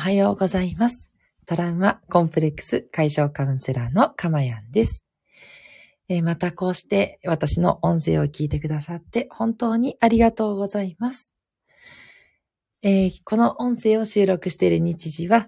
はようございます。トラウマコンプレックス解消カウンセラーのかまやんです。またこうして私の音声を聞いてくださって本当にありがとうございます。この音声を収録している日時は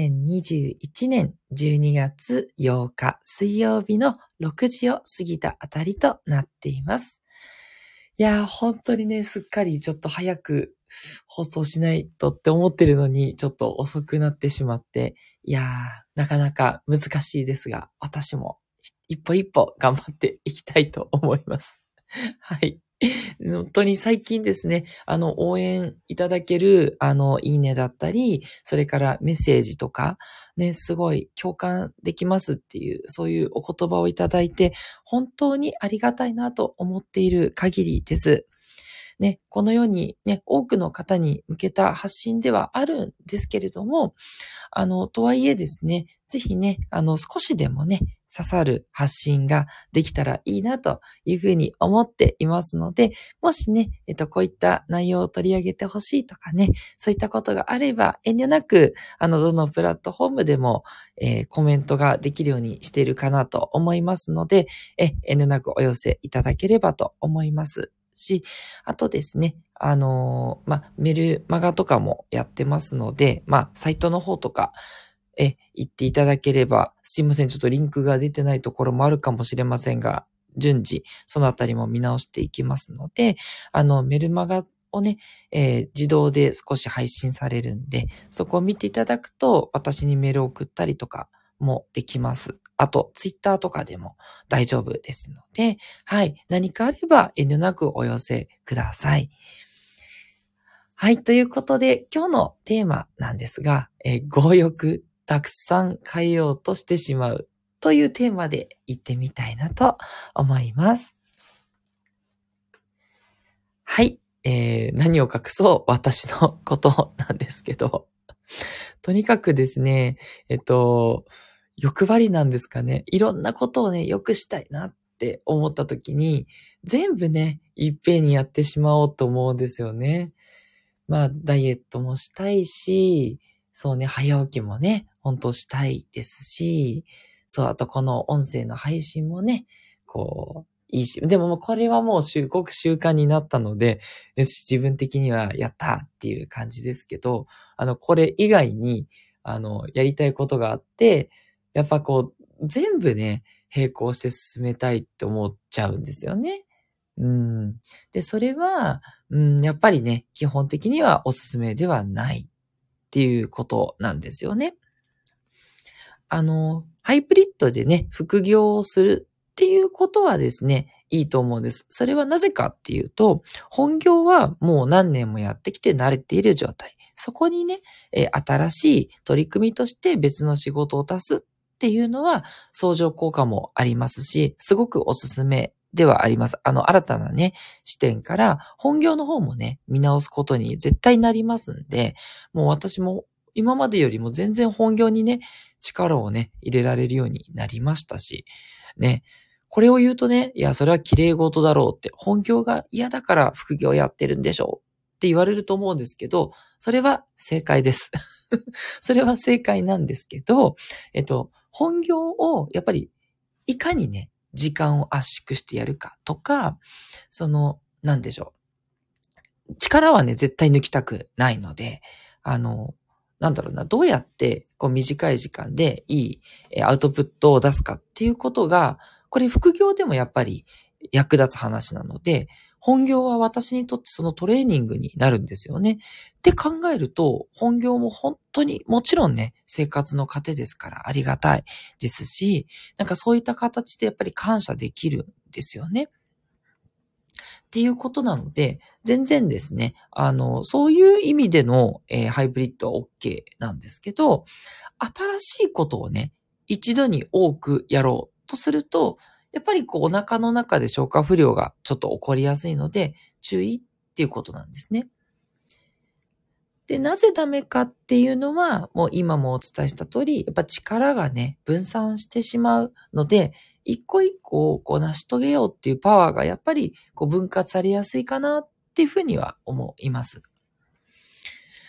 2021年12月8日水曜日の6時を過ぎたあたりとなっています。いやー本当にね、すっかりちょっと早く放送しないとって思ってるのにちょっと遅くなってしまって、いやーなかなか難しいですが、私も一歩一歩頑張っていきたいと思います。はい。本当に最近ですね、応援いただける、いいねだったり、それからメッセージとか、ね、すごい共感できますっていう、そういうお言葉をいただいて、本当にありがたいなと思っている限りです。ね、このようにね、多くの方に向けた発信ではあるんですけれども、とはいえですね、ぜひね、少しでもね、刺さる発信ができたらいいなというふうに思っていますので、もしね、こういった内容を取り上げてほしいとかね、そういったことがあれば、遠慮なく、どのプラットフォームでも、コメントができるようにしているかなと思いますので、遠慮なくお寄せいただければと思いますし、あとですね、メルマガとかもやってますので、サイトの方とか、言っていただければ、すいません、ちょっとリンクが出てないところもあるかもしれませんが、順次、そのあたりも見直していきますので、メルマガをね、自動で少し配信されるんで、そこを見ていただくと、私にメールを送ったりとかもできます。あと、ツイッターとかでも大丈夫ですので、はい、何かあれば遠慮なくお寄せください。はい、ということで、今日のテーマなんですが、強欲たくさん変えようとしてしまうというテーマで言ってみたいなと思います。はい、何を隠そう私のことなんですけど、とにかくですね、欲張りなんですかね。いろんなことをね、良くしたいなって思った時に、全部ね、いっぺんにやってしまおうと思うんですよね。ダイエットもしたいし、そうね、早起きもね、本当したいですし、そう、あとこの音声の配信もね、いいし、でももうこれはもうごく習慣になったので、よし、自分的にはやったっていう感じですけど、これ以外に、やりたいことがあって、やっぱ全部ね、並行して進めたいって思っちゃうんですよね。で、それは、やっぱりね、基本的にはおすすめではないっていうことなんですよね。ハイブリッドでね、副業をするっていうことはですね、いいと思うんです。それはなぜかっていうと、本業はもう何年もやってきて慣れている状態。そこにね、新しい取り組みとして別の仕事を足すっていうのは相乗効果もありますし、すごくおすすめではあります。新たなね、視点から本業の方もね、見直すことに絶対なりますんで、もう私も今までよりも全然本業にね、力をね、入れられるようになりましたし、ね、これを言うとね、いや、それは綺麗事だろうって、本業が嫌だから副業やってるんでしょうって言われると思うんですけど、それは正解です。それは正解なんですけど、本業をやっぱりいかにね、時間を圧縮してやるかとか、なんでしょう。力はね、絶対抜きたくないので、どうやって短い時間でいいアウトプットを出すかっていうことが、これ副業でもやっぱり役立つ話なので、本業は私にとってそのトレーニングになるんですよね。って考えると、本業も本当にもちろんね、生活の糧ですからありがたいですし、そういった形でやっぱり感謝できるんですよね。っていうことなので、全然ですね、そういう意味での、ハイブリッドは OK なんですけど、新しいことをね、一度に多くやろうとすると、やっぱりお腹の中で消化不良がちょっと起こりやすいので、注意っていうことなんですね。で、なぜダメかっていうのは、もう今もお伝えした通り、やっぱ力がね、分散してしまうので、一個一個を成し遂げようっていうパワーがやっぱり分割されやすいかなっていうふうには思います。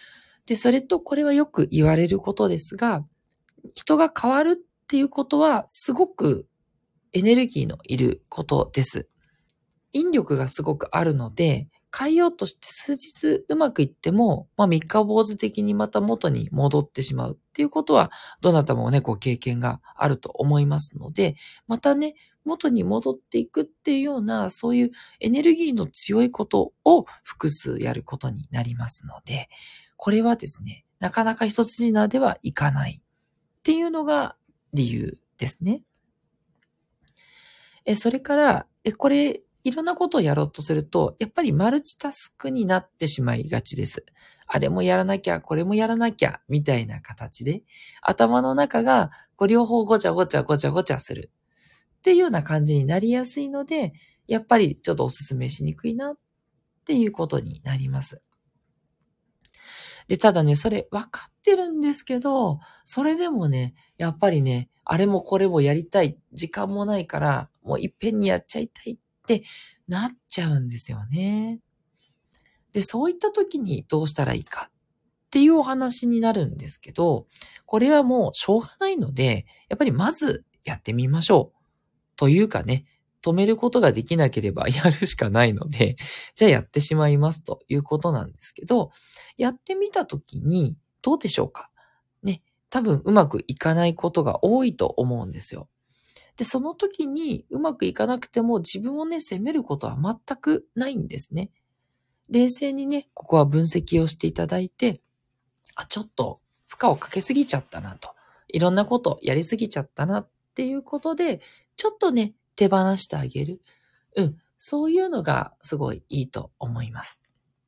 で、それとこれはよく言われることですが、人が変わるっていうことはすごくエネルギーのいることです。引力がすごくあるので、変えようとして数日うまくいっても、三日坊主的にまた元に戻ってしまうっていうことは、どなたもね、経験があると思いますので、またね、元に戻っていくっていうような、そういうエネルギーの強いことを複数やることになりますので、これはですね、なかなか一筋縄ではいかないっていうのが理由ですね。それから、これ、いろんなことをやろうとすると、やっぱりマルチタスクになってしまいがちです。あれもやらなきゃ、これもやらなきゃ、みたいな形で、頭の中が、両方ごちゃごちゃごちゃごちゃする。っていうような感じになりやすいので、やっぱりちょっとお勧めしにくいな、っていうことになります。で、ただね、それ分かってるんですけど、それでもね、やっぱりね、あれもこれもやりたい、時間もないから、もういっぺんにやっちゃいたいってなっちゃうんですよね。で、そういった時にどうしたらいいかっていうお話になるんですけど、これはもうしょうがないので、やっぱりまずやってみましょう。というかね、止めることができなければやるしかないので、じゃあやってしまいますということなんですけど、やってみたときにどうでしょうかね、多分うまくいかないことが多いと思うんですよ。で、その時にうまくいかなくても自分をね、責めることは全くないんですね。冷静にね、ここは分析をしていただいて、ちょっと負荷をかけすぎちゃったなと。いろんなことやりすぎちゃったなっていうことで、ちょっとね、手放してあげる。そういうのがすごいいいと思います。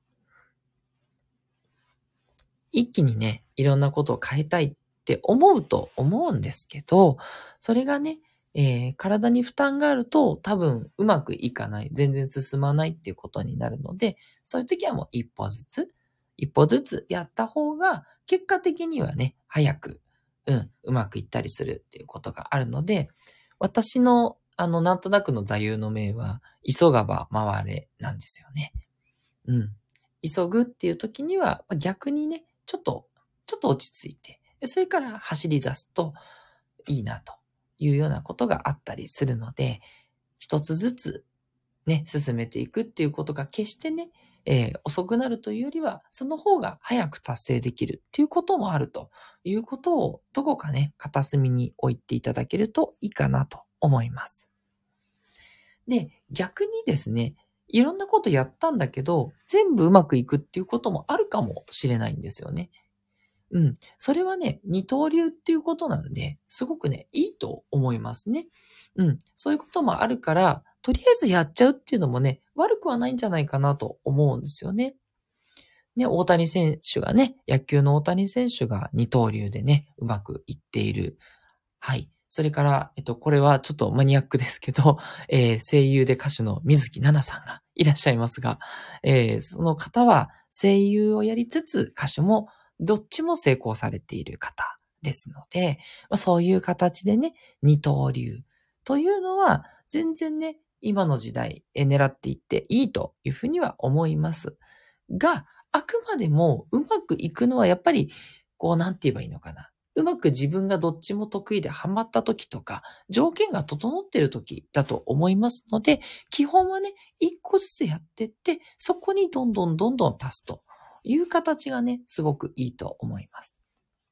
一気にね、いろんなことを変えたいって思うと思うんですけど、それがね、体に負担があると多分うまくいかない、全然進まないっていうことになるので、そういう時はもう一歩ずつやった方が結果的にはね、早く、うまくいったりするっていうことがあるので、私のなんとなくの座右の銘は、急がば回れなんですよね。急ぐっていう時には逆にね、ちょっと落ち着いて、それから走り出すといいなというようなことがあったりするので、一つずつね、進めていくっていうことが決してね、遅くなるというよりは、その方が早く達成できるっていうこともあるということを、どこかね、片隅に置いていただけるといいかなと思います。で、逆にですね、いろんなことやったんだけど、全部うまくいくっていうこともあるかもしれないんですよね。それはね、二刀流っていうことなんで、すごくね、いいと思いますね。そういうこともあるから、とりあえずやっちゃうっていうのもね、悪くはないんじゃないかなと思うんですよね。ね、大谷選手がね、野球の大谷選手が二刀流でね、うまくいっている。はい。それから、これはちょっとマニアックですけど、声優で歌手の水木奈々さんがいらっしゃいますが、その方は声優をやりつつ歌手もどっちも成功されている方ですので、そういう形でね、二刀流というのは全然ね、今の時代狙っていっていいというふうには思いますが、あくまでもうまくいくのはやっぱり、なんて言えばいいのかな。うまく自分がどっちも得意でハマった時とか、条件が整っている時だと思いますので、基本はね、一個ずつやってって、そこにどんどん足すという形がね、すごくいいと思います。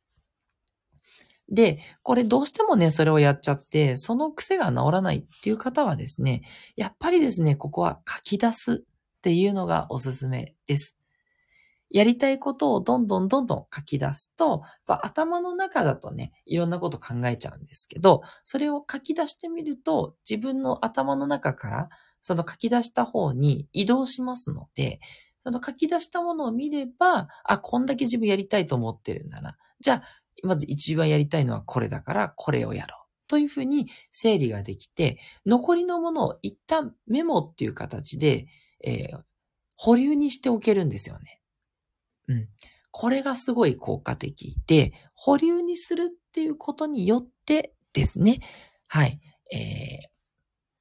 で、これどうしてもね、それをやっちゃって、その癖が治らないっていう方はですね、やっぱりですね、ここは書き出すっていうのがおすすめです。やりたいことをどんどん書き出すと、頭の中だとね、いろんなこと考えちゃうんですけど、それを書き出してみると、自分の頭の中から、その書き出した方に移動しますので、その書き出したものを見れば、こんだけ自分やりたいと思ってるんだな。じゃあ、まず一番やりたいのはこれだから、これをやろう。というふうに整理ができて、残りのものを一旦メモっていう形で、保留にしておけるんですよね。これがすごい効果的で、保留にするっていうことによってですね、はい、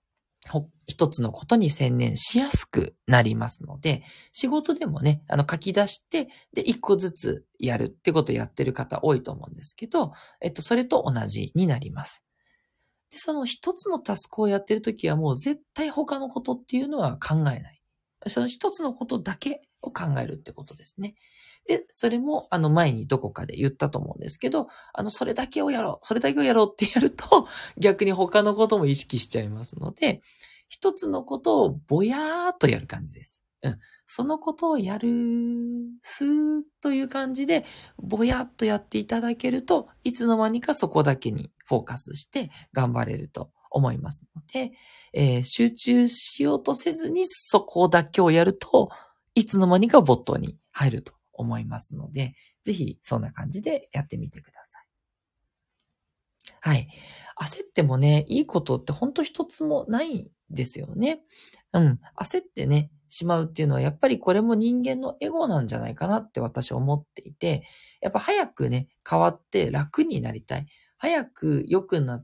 一つのことに専念しやすくなりますので、仕事でもね、書き出して、で、一個ずつやるってことをやってる方多いと思うんですけど、それと同じになります。で、その一つのタスクをやってるときはもう絶対他のことっていうのは考えない。その一つのことだけを考えるってことですね。で、それも前にどこかで言ったと思うんですけど、それだけをやろう、それだけをやろうってやると、逆に他のことも意識しちゃいますので、一つのことをぼやーっとやる感じです。そのことをやる、スーッという感じで、ぼやっとやっていただけると、いつの間にかそこだけにフォーカスして頑張れると思いますので、集中しようとせずにそこだけをやると、いつの間にか没頭に入ると思いますので、ぜひそんな感じでやってみてください。はい。焦ってもね、いいことって本当一つもないんですよね。焦ってね、しまうっていうのはやっぱりこれも人間のエゴなんじゃないかなって私は思っていて、やっぱ早くね、変わって楽になりたい。早く良くなって、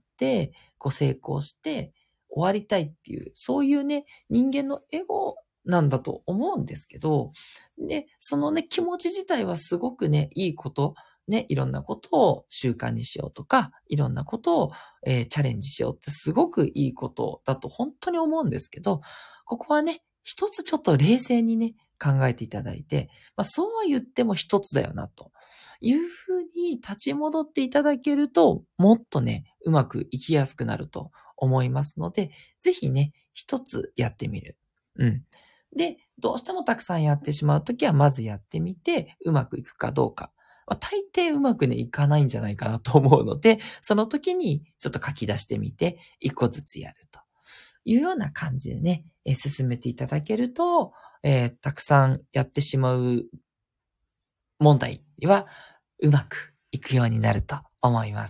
成功して終わりたいっていう、そういうね、人間のエゴなんだと思うんですけど、で、そのね、気持ち自体はすごくね、いいこと、ね、いろんなことを習慣にしようとか、いろんなことを、チャレンジしようってすごくいいことだと本当に思うんですけど、ここはね、一つちょっと冷静にね、考えていただいて、そうは言っても一つだよな、というふうに立ち戻っていただけると、もっとね、うまくいきやすくなると思いますので、ぜひね、一つやってみる。で、どうしてもたくさんやってしまうときは、まずやってみて、うまくいくかどうか。大抵うまくね、いかないんじゃないかなと思うので、その時にちょっと書き出してみて、一個ずつやるというような感じでね、進めていただけると、たくさんやってしまう問題はうまくいくようになると思います。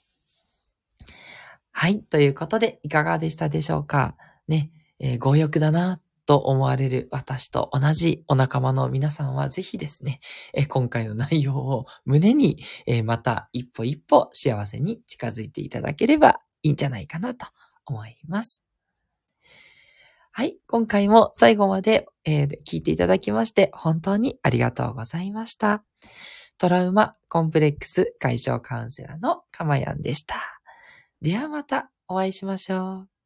はい。ということで、いかがでしたでしょうかね、強欲だなと思われる私と同じお仲間の皆さんはぜひですね、今回の内容を胸に、また一歩一歩幸せに近づいていただければいいんじゃないかなと思います。はい。今回も最後まで、聞いていただきまして本当にありがとうございました。トラウマコンプレックス解消カウンセラーのかまやんでした。ではまたお会いしましょう。